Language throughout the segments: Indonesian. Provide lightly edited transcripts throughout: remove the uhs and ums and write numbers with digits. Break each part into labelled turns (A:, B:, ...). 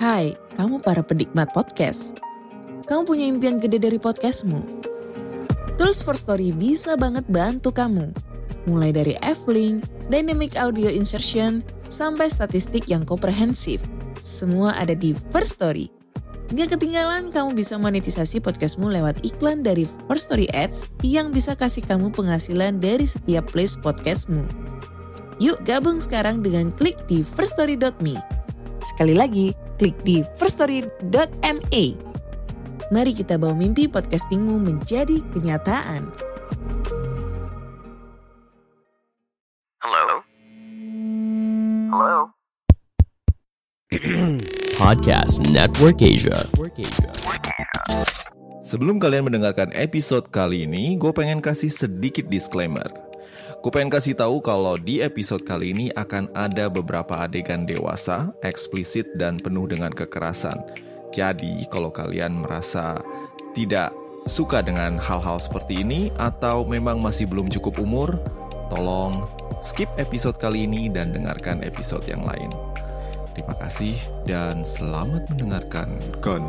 A: Hai, kamu para penikmat podcast. Kamu punya impian gede dari podcastmu? Tools for Story bisa banget bantu kamu. Mulai dari F-Link, Dynamic Audio Insertion, sampai statistik yang komprehensif. Semua ada di First Story. Gak ketinggalan kamu bisa monetisasi podcastmu lewat iklan dari First Story Ads yang bisa kasih kamu penghasilan dari setiap place podcastmu. Yuk gabung sekarang dengan klik di firststory.me. Sekali lagi, klik di firststory.me. Mari kita bawa mimpi podcastingmu menjadi kenyataan.
B: Halo? Halo?
C: Podcast Network Asia.
D: Sebelum kalian mendengarkan episode kali ini, gue pengen kasih sedikit disclaimer. Gue pengen kasih tahu kalau di episode kali ini akan ada beberapa adegan dewasa, eksplisit, dan penuh dengan kekerasan. Jadi, kalau kalian merasa tidak suka dengan hal-hal seperti ini atau memang masih belum cukup umur, tolong skip episode kali ini dan dengarkan episode yang lain. Terima kasih dan selamat mendengarkan. Gon.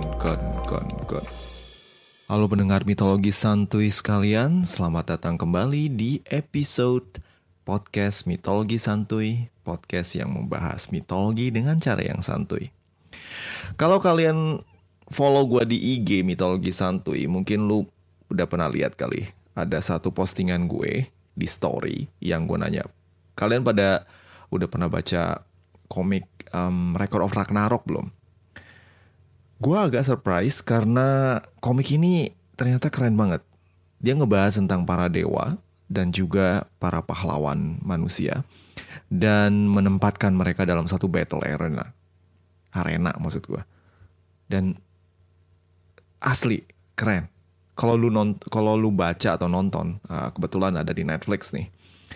D: Halo pendengar mitologi santuy sekalian, selamat datang kembali di episode podcast Mitologi Santuy, podcast yang membahas mitologi dengan cara yang santuy. Kalau kalian follow gue di IG Mitologi Santuy, mungkin lu udah pernah lihat kali, ada satu postingan gue di story yang gue nanya, kalian pada udah pernah baca komik Record of Ragnarok belum? Gue agak surprise karena komik ini ternyata keren banget. Dia ngebahas tentang para dewa dan juga para pahlawan manusia dan menempatkan mereka dalam satu battle arena maksud gue. Dan asli keren. Kalau lu baca atau nonton, kebetulan ada di Netflix nih.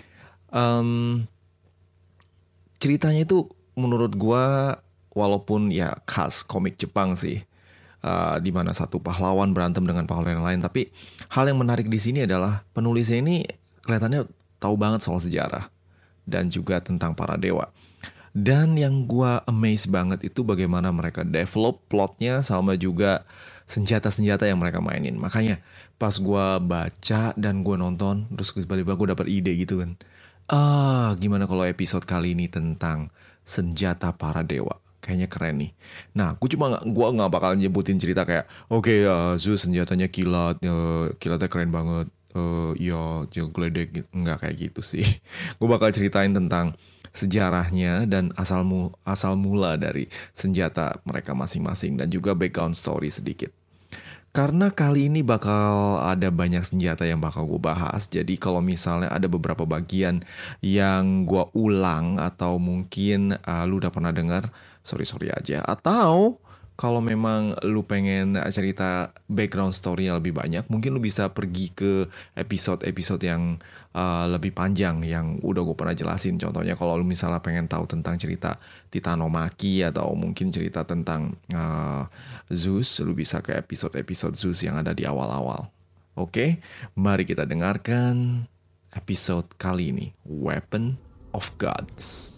D: Ceritanya itu menurut gue, walaupun ya khas komik Jepang sih, di mana satu pahlawan berantem dengan pahlawan yang lain, tapi hal yang menarik di sini adalah penulisnya ini kelihatannya tahu banget soal sejarah dan juga tentang para dewa. Dan yang gue amazed banget itu bagaimana mereka develop plotnya sama juga senjata-senjata yang mereka mainin. Makanya pas gue baca dan gue nonton, terus tiba-tiba gue dapet ide gitu kan. Gimana kalau episode kali ini tentang senjata para dewa? Kayaknya keren nih. Nah, gue nggak bakal nyebutin cerita kayak, oke, Zeus senjatanya kilat, kilatnya keren banget, geledek, nggak kayak gitu sih. Gue bakal ceritain tentang sejarahnya dan asal mula dari senjata mereka masing-masing dan juga background story sedikit. Karena kali ini bakal ada banyak senjata yang bakal gue bahas. Jadi kalau misalnya ada beberapa bagian yang gue ulang atau mungkin lu udah pernah dengar, sorry aja. Atau kalau memang lu pengen cerita background story yang lebih banyak, mungkin lu bisa pergi ke episode-episode yang lebih panjang yang udah gue pernah jelasin. Contohnya kalau lu misalnya pengen tahu tentang cerita Titanomaki atau mungkin cerita tentang Zeus, lu bisa ke episode-episode Zeus yang ada di awal-awal. Oke, mari kita dengarkan episode kali ini, Weapon of Gods.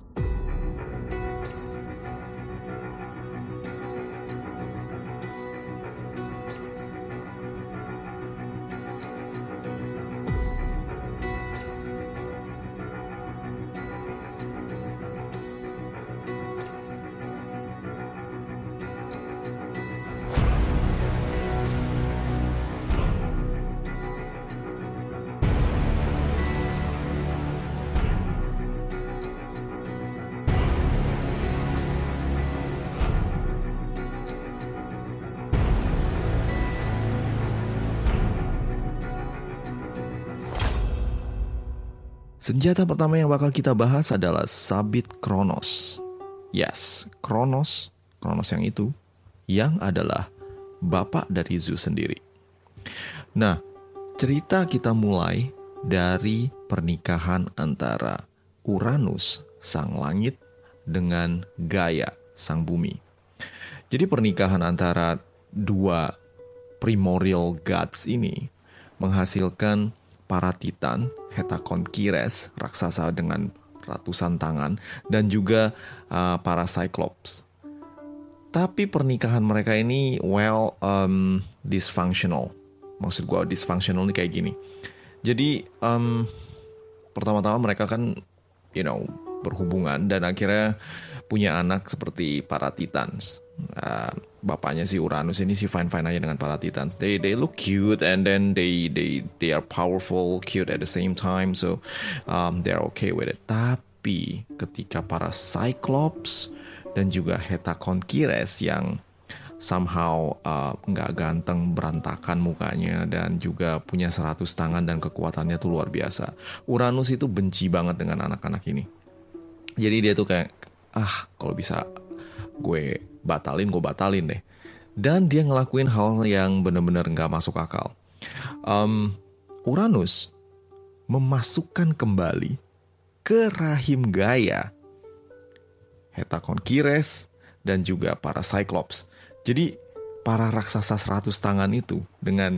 D: Senjata pertama yang bakal kita bahas adalah sabit Kronos. Yes, Kronos yang itu, yang adalah bapak dari Zeus sendiri. Nah, cerita kita mulai dari pernikahan antara Uranus, sang langit, dengan Gaia, sang bumi. Jadi pernikahan antara dua primordial gods ini menghasilkan para titan, Hekatonchires, raksasa dengan ratusan tangan, dan juga para Cyclops. Tapi pernikahan mereka ini dysfunctional. Maksud gue dysfunctional ini kayak gini. Jadi pertama-tama mereka kan berhubungan dan akhirnya punya anak seperti para Titans. Bapaknya si Uranus ini sih fine-fine aja dengan para Titans. They look cute and then they are powerful, cute at the same time. So they're okay with it. Tapi ketika para Cyclops dan juga Hetakonquires yang somehow nggak ganteng, berantakan mukanya dan juga punya 100 tangan dan kekuatannya tuh luar biasa. Uranus itu benci banget dengan anak-anak ini. Jadi dia tuh kayak kalau bisa gue batalin deh. Dan dia ngelakuin hal yang benar-benar nggak masuk akal. Uranus memasukkan kembali ke rahim Gaia Hetakonquires dan juga para Cyclops. Jadi para raksasa 100 tangan itu dengan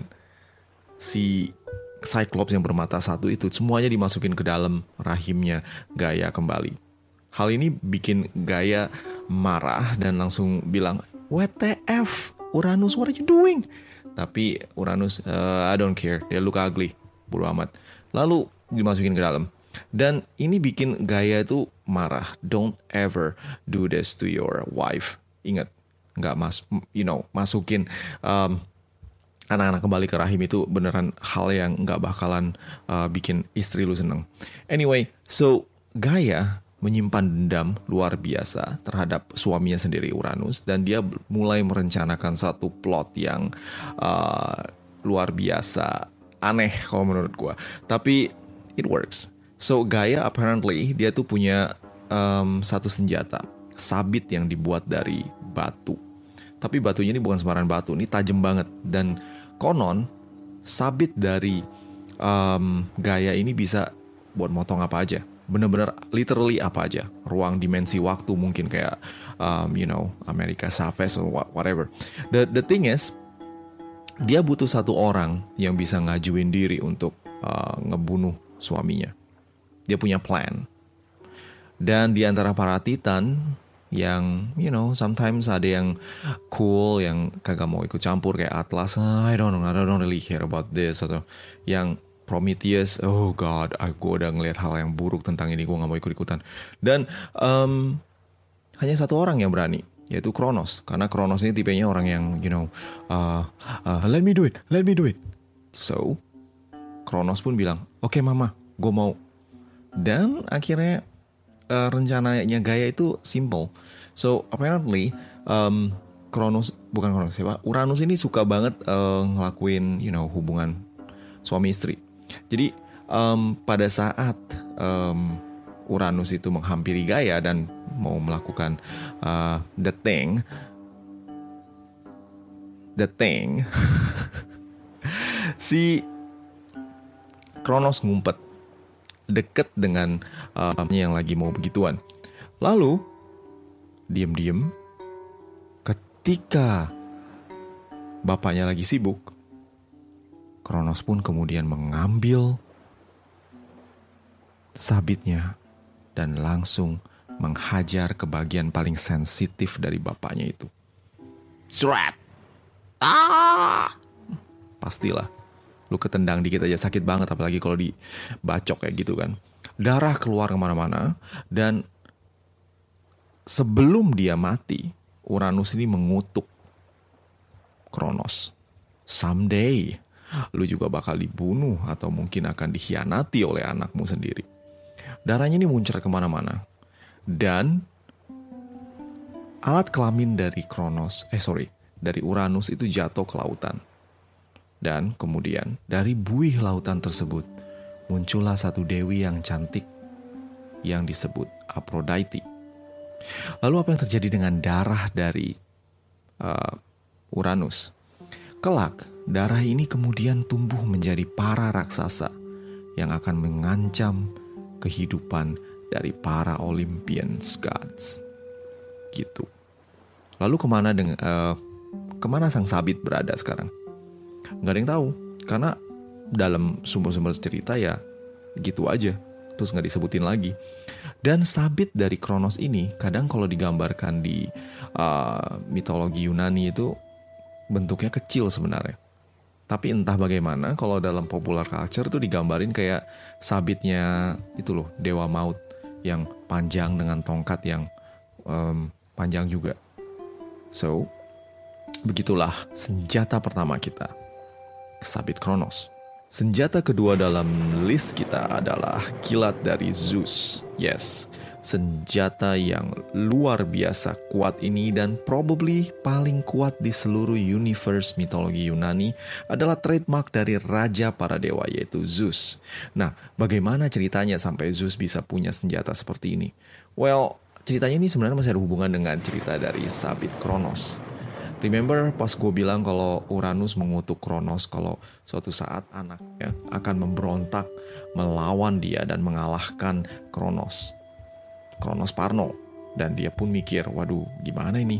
D: si Cyclops yang bermata satu itu semuanya dimasukin ke dalam rahimnya Gaia kembali. Hal ini bikin Gaia marah dan langsung bilang, WTF Uranus, what are you doing? Tapi Uranus, I don't care, they look ugly, bodo amat. Lalu dimasukin ke dalam. Dan ini bikin Gaia itu marah. Don't ever do this to your wife. Ingat, nggak masukin anak-anak kembali ke rahim itu beneran hal yang nggak bakalan bikin istri lu seneng. Anyway, so Gaia menyimpan dendam luar biasa terhadap suaminya sendiri Uranus dan dia mulai merencanakan satu plot yang luar biasa aneh kalau menurut gua. Tapi it works. So Gaia apparently dia tuh punya satu senjata sabit yang dibuat dari batu. Tapi batunya ini bukan sembarangan batu, ini tajam banget. Dan konon sabit dari Gaia ini bisa buat motong apa aja. Bener-bener literally apa aja. Ruang dimensi waktu mungkin kayak America Chavez or whatever. The thing is dia butuh satu orang yang bisa ngajuin diri untuk ngebunuh suaminya. Dia punya plan. Dan di antara para Titan yang sometimes ada yang cool yang kagak mau ikut campur kayak Atlas, I don't really care about this, atau yang Prometheus, oh god, gue udah ngeliat hal yang buruk tentang ini, gue gak mau ikut-ikutan. Dan hanya satu orang yang berani, yaitu Kronos. Karena Kronos ini tipenya orang yang let me do it. So Kronos pun bilang, oke, mama, gue mau. Dan akhirnya rencananya Gaia itu simple. So apparently Uranus ini suka banget ngelakuin hubungan suami istri. Jadi pada saat Uranus itu menghampiri Gaia dan mau melakukan the thing si Kronos ngumpet deket dengan yang lagi mau begituan. Lalu diam-diam ketika bapaknya lagi sibuk, Kronos pun kemudian mengambil sabitnya dan langsung menghajar ke bagian paling sensitif dari bapaknya itu. Strap. Pastilah. Lu ketendang dikit aja sakit banget, apalagi kalau dibacok kayak gitu kan. Darah keluar kemana-mana. Dan sebelum dia mati, Uranus ini mengutuk Kronos. Someday lu juga bakal dibunuh atau mungkin akan dikhianati oleh anakmu sendiri. Darahnya ini muncrat kemana-mana. Dan alat kelamin dari dari Uranus itu jatuh ke lautan. Dan kemudian dari buih lautan tersebut muncullah satu dewi yang cantik yang disebut Aphrodite. Lalu apa yang terjadi dengan darah dari Uranus? Kelak, darah ini kemudian tumbuh menjadi para raksasa yang akan mengancam kehidupan dari para Olympian gods. Gitu. Lalu kemana sang sabit berada sekarang? Nggak ada yang tahu, karena dalam sumber-sumber cerita ya gitu aja, terus nggak disebutin lagi. Dan sabit dari Kronos ini kadang kalau digambarkan di mitologi Yunani itu bentuknya kecil sebenarnya. Tapi entah bagaimana kalau dalam popular culture tuh digambarin kayak sabitnya itu loh, dewa maut yang panjang dengan tongkat yang panjang juga. So, begitulah senjata pertama kita, sabit Kronos. Senjata kedua dalam list kita adalah kilat dari Zeus. Yes, senjata yang luar biasa kuat ini dan probably paling kuat di seluruh universe mitologi Yunani adalah trademark dari raja para dewa yaitu Zeus. Nah, bagaimana ceritanya sampai Zeus bisa punya senjata seperti ini? Well, ceritanya ini sebenarnya masih ada hubungan dengan cerita dari sabit Kronos. Remember pas gue bilang kalau Uranus mengutuk Kronos kalau suatu saat anaknya akan memberontak melawan dia dan mengalahkan Kronos Parno. Dan dia pun mikir, waduh gimana ini?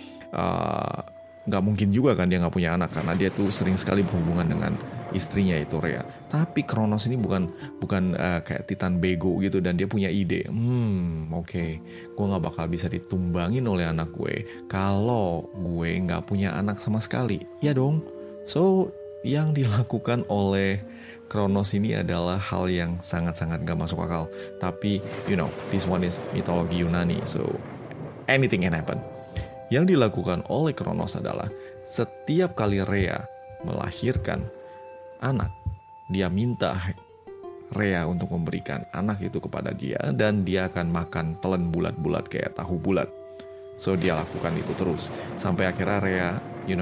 D: Gak mungkin juga kan dia gak punya anak karena dia tuh sering sekali berhubungan dengan istrinya itu Rhea. Tapi Kronos ini bukan kayak Titan bego gitu dan dia punya ide. Oke, gue gak bakal bisa ditumbangin oleh anak gue kalau gue gak punya anak sama sekali. Ya dong. So, yang dilakukan oleh Kronos ini adalah hal yang sangat-sangat gak masuk akal. Tapi, this one is mitologi Yunani. So, anything can happen. Yang dilakukan oleh Kronos adalah setiap kali Rhea melahirkan anak, dia minta Rhea untuk memberikan anak itu kepada dia dan dia akan makan telan bulat-bulat kayak tahu bulat. So dia lakukan itu terus sampai akhirnya Rhea,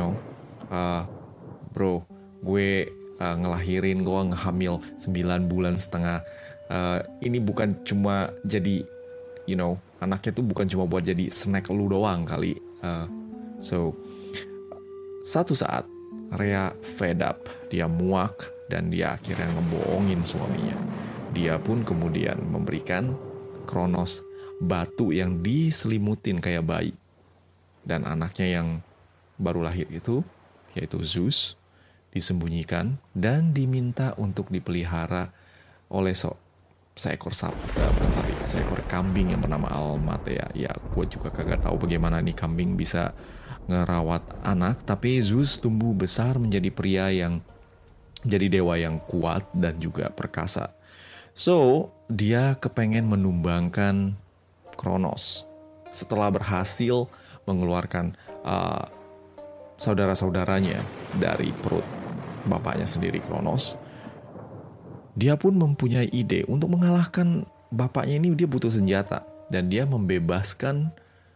D: bro, gue ngelahirin, gue ngehamil 9 bulan setengah. Ini bukan cuma jadi, anaknya tuh bukan cuma buat jadi snack lu doang kali. So satu saat Rhea fed up, dia muak dan dia akhirnya ngebohongin suaminya. Dia pun kemudian memberikan Kronos batu yang diselimutin kayak bayi. Dan anaknya yang baru lahir itu, yaitu Zeus, disembunyikan dan diminta untuk dipelihara oleh seekor kambing yang bernama Almatea. Ya, gue juga kagak tahu bagaimana nih kambing bisa ngerawat anak, tapi Zeus tumbuh besar menjadi pria yang jadi dewa yang kuat dan juga perkasa. So, dia kepengen menumbangkan Kronos. Setelah berhasil mengeluarkan saudara-saudaranya dari perut bapaknya sendiri Kronos, dia pun mempunyai ide untuk mengalahkan bapaknya ini. Dia butuh senjata dan dia membebaskan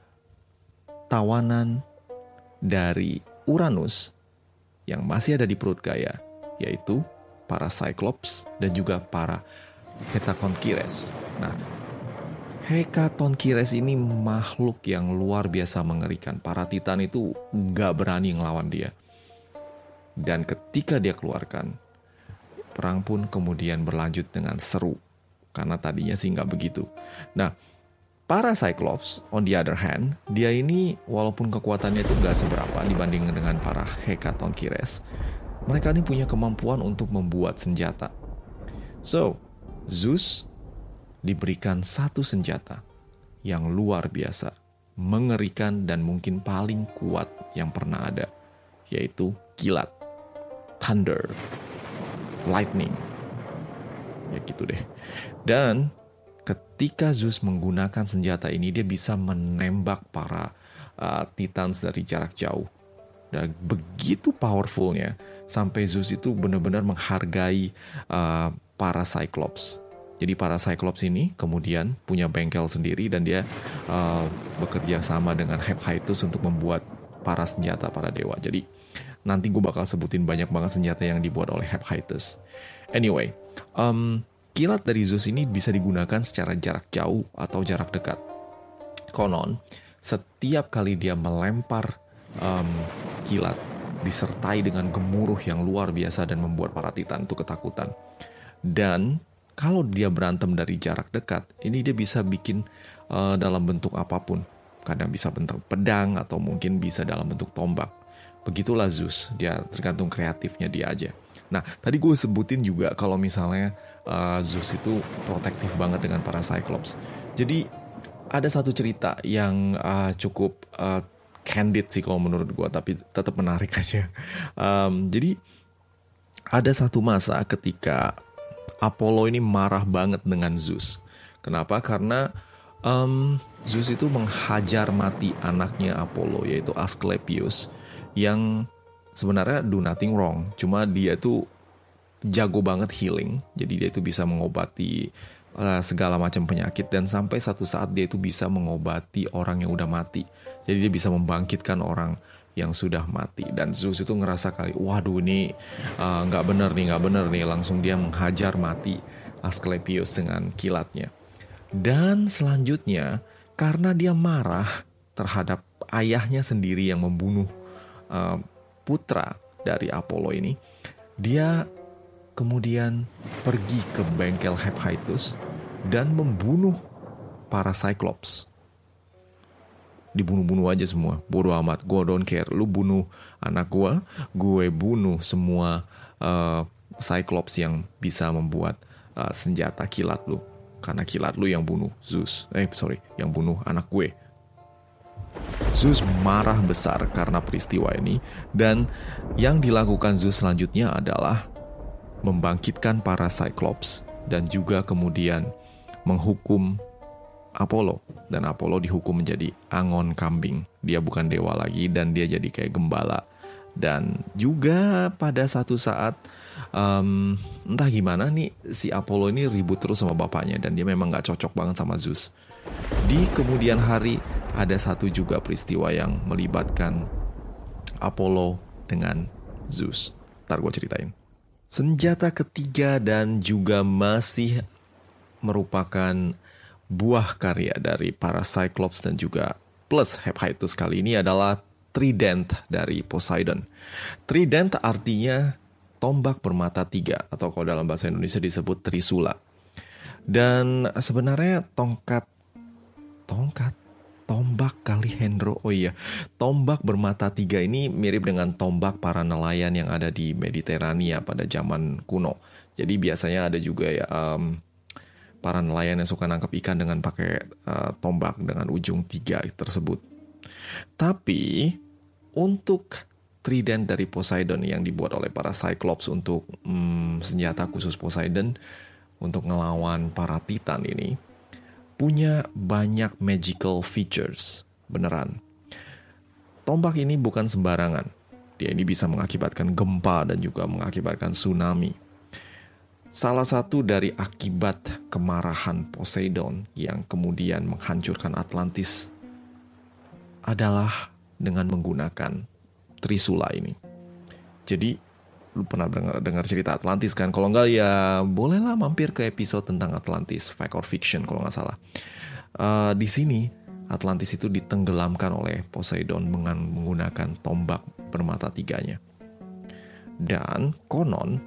D: tawanan dari Uranus yang masih ada di perut Gaia, yaitu para Cyclops dan juga para Hekatonchires. Nah, Hekatonchires ini makhluk yang luar biasa mengerikan. Para Titan itu gak berani ngelawan dia. Dan ketika dia keluarkan, perang pun kemudian berlanjut dengan seru. Karena tadinya sih gak begitu. Nah, para Cyclops, on the other hand, dia ini walaupun kekuatannya itu gak seberapa dibanding dengan para Hekatonchires, mereka ini punya kemampuan untuk membuat senjata. So, Zeus diberikan satu senjata yang luar biasa, mengerikan dan mungkin paling kuat yang pernah ada, yaitu kilat, thunder, lightning. Ya gitu deh. Dan ketika Zeus menggunakan senjata ini, dia bisa menembak para Titans dari jarak jauh. Dan begitu powerfulnya, sampai Zeus itu benar-benar menghargai para Cyclops. Jadi para Cyclops ini kemudian punya bengkel sendiri dan dia bekerja sama dengan Hephaestus untuk membuat para senjata para dewa. Jadi nanti gue bakal sebutin banyak banget senjata yang dibuat oleh Hephaestus. Anyway, kilat dari Zeus ini bisa digunakan secara jarak jauh atau jarak dekat. Konon, setiap kali dia melempar kilat, disertai dengan gemuruh yang luar biasa dan membuat para Titan itu ketakutan. Dan kalau dia berantem dari jarak dekat, ini dia bisa bikin dalam bentuk apapun. Kadang bisa bentuk pedang atau mungkin bisa dalam bentuk tombak. Begitulah Zeus, dia tergantung kreatifnya dia aja. Nah, tadi gue sebutin juga kalau misalnya Zeus itu protektif banget dengan para Cyclops. Jadi ada satu cerita yang cukup candid sih kalau menurut gue, tapi tetap menarik aja. Jadi ada satu masa ketika Apollo ini marah banget dengan Zeus. Kenapa? Karena Zeus itu menghajar mati anaknya Apollo, yaitu Asclepius, yang sebenarnya do nothing wrong. Cuma dia tuh jago banget healing, jadi dia itu bisa mengobati segala macam penyakit, dan sampai satu saat dia itu bisa mengobati orang yang udah mati. Jadi dia bisa membangkitkan orang yang sudah mati. Dan Zeus itu ngerasa kali, waduh ini nggak bener nih. Langsung dia menghajar mati Asclepius dengan kilatnya. Dan selanjutnya, karena dia marah terhadap ayahnya sendiri yang membunuh putra dari Apollo ini, dia kemudian pergi ke bengkel Hephaestus dan membunuh para Cyclops. Dibunuh-bunuh aja semua, bodo amat, gue don't care. Lu bunuh anak gue bunuh semua Cyclops yang bisa membuat senjata kilat lu. Karena kilat lu yang bunuh Zeus. Yang bunuh anak gue. Zeus marah besar karena peristiwa ini, dan yang dilakukan Zeus selanjutnya adalah membangkitkan para Cyclops dan juga kemudian menghukum Apollo. Dan Apollo dihukum menjadi angon kambing. Dia bukan dewa lagi dan dia jadi kayak gembala. Dan juga pada satu saat entah gimana nih si Apollo ini ribut terus sama bapaknya, dan dia memang gak cocok banget sama Zeus. Di kemudian hari ada satu juga peristiwa yang melibatkan Apollo dengan Zeus. Ntar gue ceritain. Senjata ketiga dan juga masih merupakan buah karya dari para Cyclops dan juga plus Hephaestus kali ini adalah Trident dari Poseidon. Trident artinya tombak bermata tiga, atau kalau dalam bahasa Indonesia disebut Trisula. Dan sebenarnya tombak kali Hendro. Oh iya, tombak bermata tiga ini mirip dengan tombak para nelayan yang ada di Mediterania pada zaman kuno. Jadi biasanya ada juga ya para nelayan yang suka nangkap ikan dengan pakai tombak dengan ujung tiga tersebut. Tapi untuk Trident dari Poseidon yang dibuat oleh para Cyclops untuk senjata khusus Poseidon untuk ngelawan para Titan ini, punya banyak magical features, beneran. Tombak ini bukan sembarangan. Dia ini bisa mengakibatkan gempa dan juga mengakibatkan tsunami. Salah satu dari akibat kemarahan Poseidon yang kemudian menghancurkan Atlantis adalah dengan menggunakan Trisula ini. Jadi, lu pernah dengar cerita Atlantis kan? Kalau enggak ya bolehlah mampir ke episode tentang Atlantis, Fact or Fiction kalau nggak salah. Di sini Atlantis itu ditenggelamkan oleh Poseidon dengan menggunakan tombak bermata tiganya. Dan konon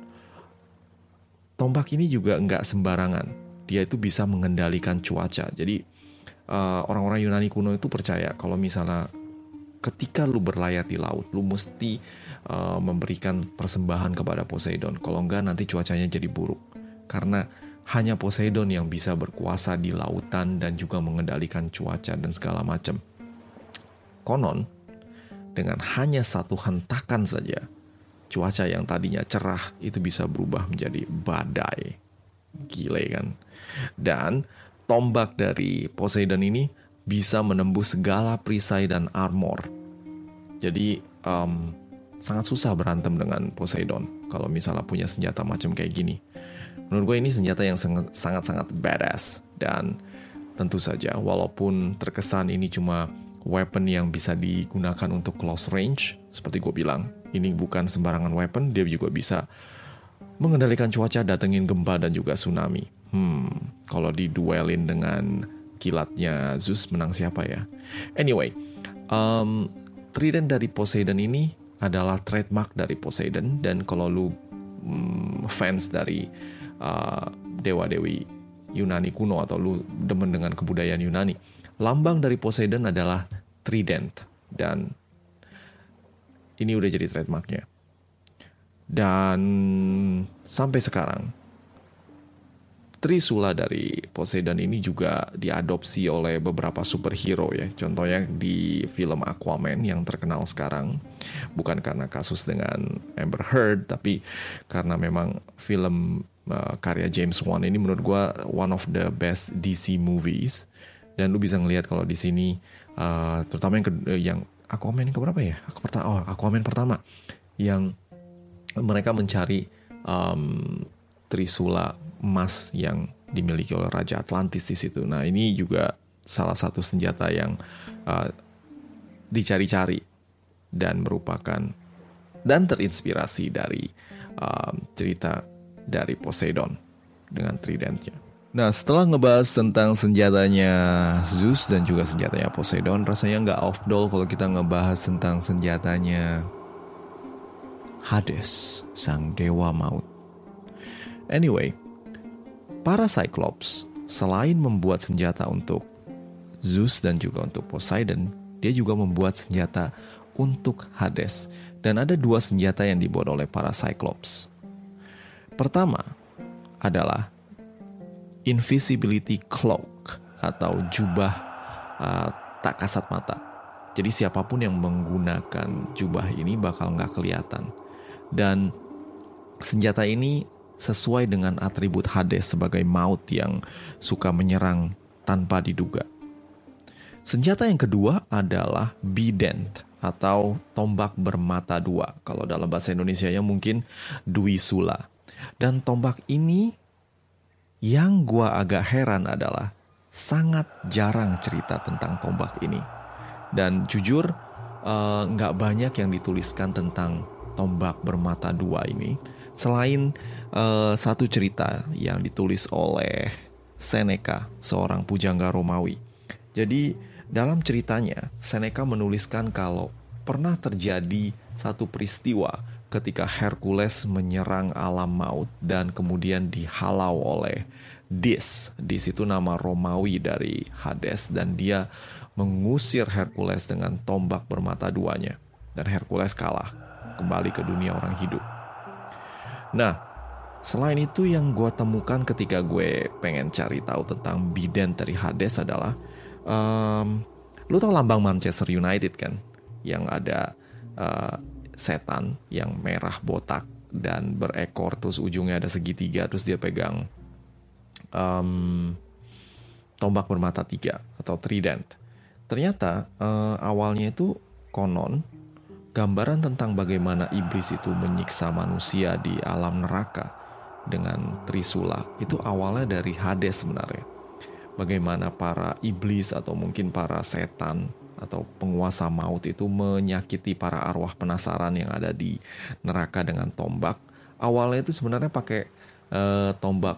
D: tombak ini juga nggak sembarangan. Dia itu bisa mengendalikan cuaca. Jadi orang-orang Yunani kuno itu percaya kalau misalnya ketika lu berlayar di laut, lu mesti memberikan persembahan kepada Poseidon. Kalau enggak nanti cuacanya jadi buruk. Karena hanya Poseidon yang bisa berkuasa di lautan dan juga mengendalikan cuaca dan segala macam. Konon, dengan hanya satu hentakan saja, cuaca yang tadinya cerah itu bisa berubah menjadi badai. Gile kan? Dan tombak dari Poseidon ini bisa menembus segala perisai dan armor. Jadi sangat susah berantem dengan Poseidon kalau misalnya punya senjata macam kayak gini. Menurut gue ini senjata yang sangat-sangat badass. Dan tentu saja walaupun terkesan ini cuma weapon yang bisa digunakan untuk close range, seperti gue bilang, ini bukan sembarangan weapon. Dia juga bisa mengendalikan cuaca, datengin gempa dan juga tsunami. Kalau diduelin dengan kilatnya Zeus, menang siapa ya? Anyway, Trident dari Poseidon ini adalah trademark dari Poseidon. Dan kalau lu fans dari dewa-dewi Yunani kuno atau lu demen dengan kebudayaan Yunani, lambang dari Poseidon adalah Trident. Dan ini udah jadi trademarknya. Dan sampai sekarang Trisula dari Poseidon ini juga diadopsi oleh beberapa superhero ya. Contohnya di film Aquaman yang terkenal sekarang. Bukan karena kasus dengan Amber Heard, tapi karena memang film karya James Wan ini menurut gue one of the best DC movies. Dan lu bisa ngelihat kalau di sini terutama yang Aquaman yang keberapa ya? Aquaman pertama yang mereka mencari Trisula emas yang dimiliki oleh Raja Atlantis di situ. Nah, ini juga salah satu senjata yang dicari-cari dan merupakan dan terinspirasi dari cerita dari Poseidon dengan tridentnya. Nah, setelah ngebahas tentang senjatanya Zeus dan juga senjatanya Poseidon, rasanya nggak afdol kalau kita ngebahas tentang senjatanya Hades, sang dewa maut. Anyway, para Cyclops selain membuat senjata untuk Zeus dan juga untuk Poseidon, dia juga membuat senjata untuk Hades. Dan ada 2 senjata yang dibuat oleh para Cyclops. Pertama adalah Invisibility Cloak atau jubah tak kasat mata. Jadi siapapun yang menggunakan jubah ini bakal nggak kelihatan. Dan senjata ini sesuai dengan atribut Hades sebagai maut yang suka menyerang tanpa diduga. Senjata yang kedua adalah bident atau tombak bermata 2. Kalau dalam bahasa Indonesianya mungkin Dwi Sula. Dan tombak ini yang gua agak heran adalah sangat jarang cerita tentang tombak ini. Dan jujur nggak banyak yang dituliskan tentang tombak bermata 2 ini. Selain satu cerita yang ditulis oleh Seneca, seorang pujangga Romawi. Jadi dalam ceritanya Seneca menuliskan kalau pernah terjadi satu peristiwa ketika Hercules menyerang alam maut dan kemudian dihalau oleh Dis. Dis itu nama Romawi dari Hades dan dia mengusir Hercules dengan tombak bermata 2-nya. Dan Hercules kalah, kembali ke dunia orang hidup. Nah, selain itu yang gue temukan ketika gue pengen cari tahu tentang bident dari Hades adalah lu tau lambang Manchester United kan? Yang ada setan yang merah botak dan berekor, terus ujungnya ada segitiga, terus dia pegang tombak bermata 3 atau trident. Ternyata awalnya itu konon gambaran tentang bagaimana iblis itu menyiksa manusia di alam neraka dengan Trisula itu awalnya dari Hades sebenarnya. Bagaimana para iblis atau mungkin para setan atau penguasa maut itu menyakiti para arwah penasaran yang ada di neraka dengan tombak. Awalnya itu sebenarnya pakai tombak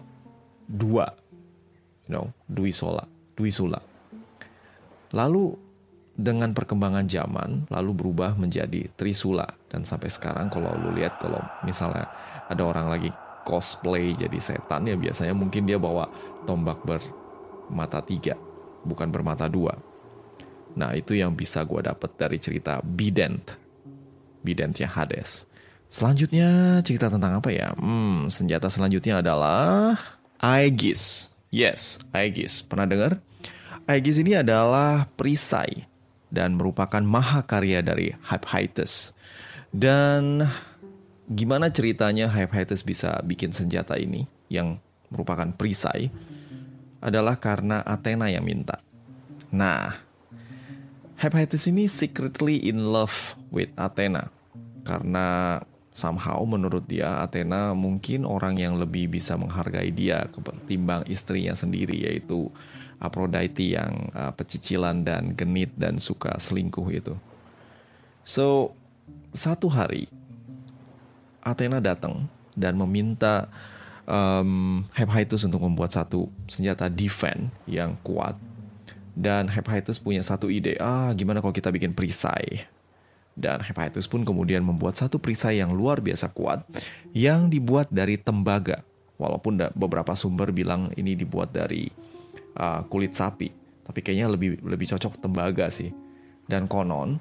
D: 2, Dwi Sula. Lalu dengan perkembangan zaman lalu berubah menjadi Trisula. Dan sampai sekarang kalau lu lihat, kalau misalnya ada orang lagi cosplay jadi setan ya biasanya mungkin dia bawa tombak bermata 3, bukan bermata 2. Nah itu yang bisa gue dapet dari cerita bidentnya Hades. Selanjutnya cerita tentang apa ya? Senjata selanjutnya adalah Aegis. Yes, Aegis. Pernah dengar? Aegis ini adalah perisai dan merupakan mahakarya dari Hephaestus. Dan gimana ceritanya Hephaestus bisa bikin senjata ini yang merupakan perisai adalah karena Athena yang minta. Nah, Hephaestus ini secretly in love with Athena karena somehow menurut dia Athena mungkin orang yang lebih bisa menghargai dia ketimbang istrinya sendiri, yaitu Aphrodite yang pecicilan dan genit dan suka selingkuh itu. So, satu hari Athena datang dan meminta Hephaestus untuk membuat satu senjata defense yang kuat. Dan Hephaestus punya satu ide, gimana kalau kita bikin perisai? Dan Hephaestus pun kemudian membuat satu perisai yang luar biasa kuat yang dibuat dari tembaga. Walaupun beberapa sumber bilang ini dibuat dari kulit sapi, tapi kayaknya lebih cocok tembaga sih. Dan konon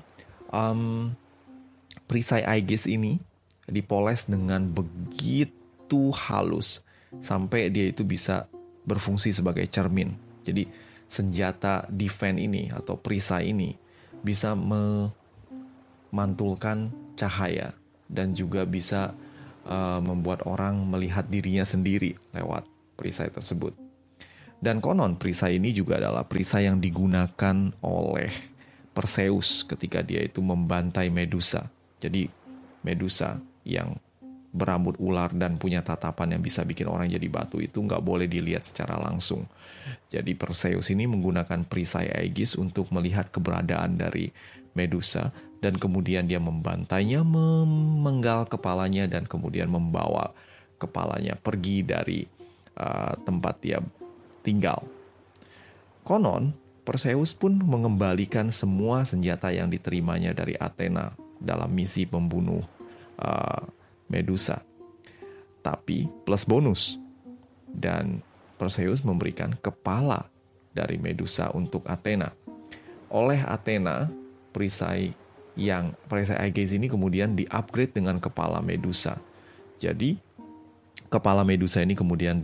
D: perisai Aegis ini dipoles dengan begitu halus sampai dia itu bisa berfungsi sebagai cermin. Jadi senjata defense ini atau perisai ini bisa memantulkan cahaya dan juga bisa membuat orang melihat dirinya sendiri lewat perisai tersebut. Dan konon perisai ini juga adalah perisai yang digunakan oleh Perseus ketika dia itu membantai Medusa. Jadi Medusa yang berambut ular dan punya tatapan yang bisa bikin orang jadi batu itu nggak boleh dilihat secara langsung. Jadi Perseus ini menggunakan perisai Aegis untuk melihat keberadaan dari Medusa dan kemudian dia membantainya, memenggal kepalanya dan kemudian membawa kepalanya pergi dari tempat dia tinggal. Konon Perseus pun mengembalikan semua senjata yang diterimanya dari Athena dalam misi membunuh Medusa. Tapi plus bonus. Dan Perseus memberikan kepala dari Medusa untuk Athena. Oleh Athena, perisai Aegis ini kemudian di-upgrade dengan kepala Medusa. Jadi, kepala Medusa ini kemudian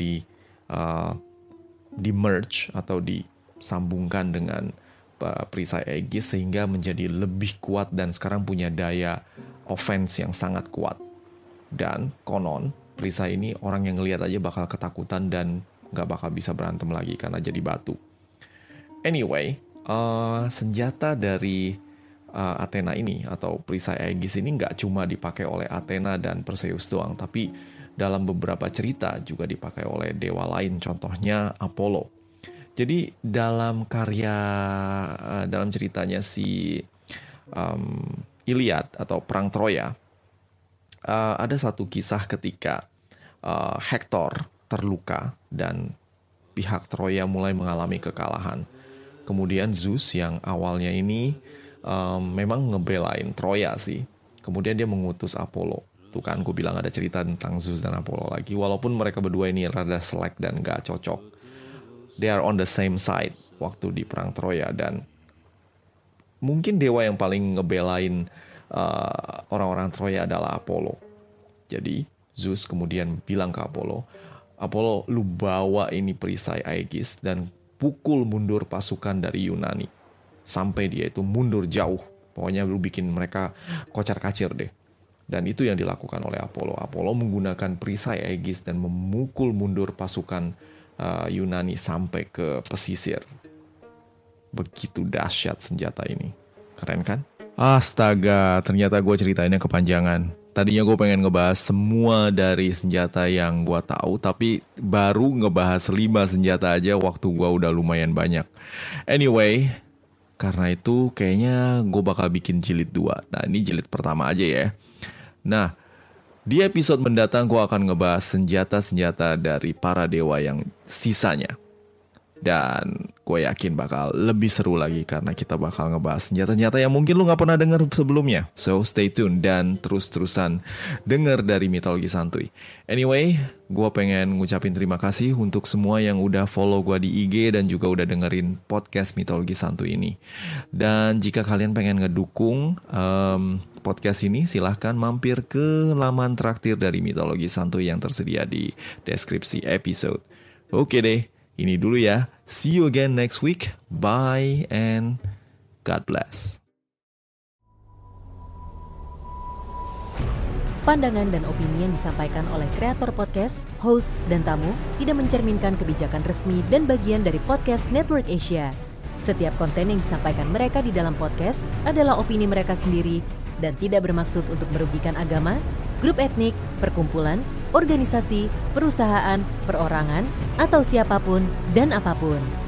D: di-merge atau disambungkan dengan perisai Aegis sehingga menjadi lebih kuat dan sekarang punya daya offense yang sangat kuat. Dan konon perisai ini orang yang ngelihat aja bakal ketakutan dan gak bakal bisa berantem lagi karena jadi batu. Anyway, senjata dari Athena ini atau perisai Aegis ini gak cuma dipakai oleh Athena dan Perseus doang, tapi dalam beberapa cerita juga dipakai oleh dewa lain, contohnya Apollo. Jadi dalam ceritanya si Iliad atau Perang Troya, ada satu kisah ketika Hektor terluka dan pihak Troya mulai mengalami kekalahan. Kemudian Zeus yang awalnya ini memang ngebelain Troya sih. Kemudian dia mengutus Apollo. Tuh kan gue bilang ada cerita tentang Zeus dan Apollo lagi. Walaupun mereka berdua ini rada selek dan gak cocok. They are on the same side waktu di Perang Troya. Dan mungkin dewa yang paling ngebelain orang-orang Troya adalah Apollo. Jadi Zeus kemudian bilang ke Apollo, Apollo lu bawa ini perisai Aegis dan pukul mundur pasukan dari Yunani. Sampai dia itu mundur jauh. Pokoknya lu bikin mereka kocar-kacir deh. Dan itu yang dilakukan oleh Apollo. Apollo menggunakan perisai Aegis dan memukul mundur pasukan Yunani sampai ke pesisir. Begitu dahsyat senjata ini. Keren kan? Astaga, ternyata gue ceritainnya kepanjangan. Tadinya gue pengen ngebahas semua dari senjata yang gue tahu, tapi baru ngebahas 5 senjata aja waktu gue udah lumayan banyak. Anyway, karena itu kayaknya gue bakal bikin jilid 2. Nah, ini jilid pertama aja ya. Nah, di episode mendatang gue akan ngebahas senjata-senjata dari para dewa yang sisanya. Dan gue yakin bakal lebih seru lagi karena kita bakal ngebahas senjata-senjata yang mungkin lu gak pernah denger sebelumnya. So stay tune dan terus-terusan denger dari Mitologi Santuy. Anyway, gue pengen ngucapin terima kasih untuk semua yang udah follow gue di IG dan juga udah dengerin podcast Mitologi Santuy ini. Dan jika kalian pengen ngedukung podcast ini, silahkan mampir ke laman traktir dari Mitologi Santuy yang tersedia di deskripsi episode. Oke deh. Ini dulu ya. See you again next week. Bye and God bless.
E: Pandangan dan opini yang disampaikan oleh kreator podcast, host, dan tamu tidak mencerminkan kebijakan resmi dan bagian dari Podcast Network Asia. Setiap konten yang disampaikan mereka di dalam podcast adalah opini mereka sendiri dan tidak bermaksud untuk merugikan agama, grup etnik, perkumpulan, organisasi, perusahaan, perorangan, atau siapapun dan apapun.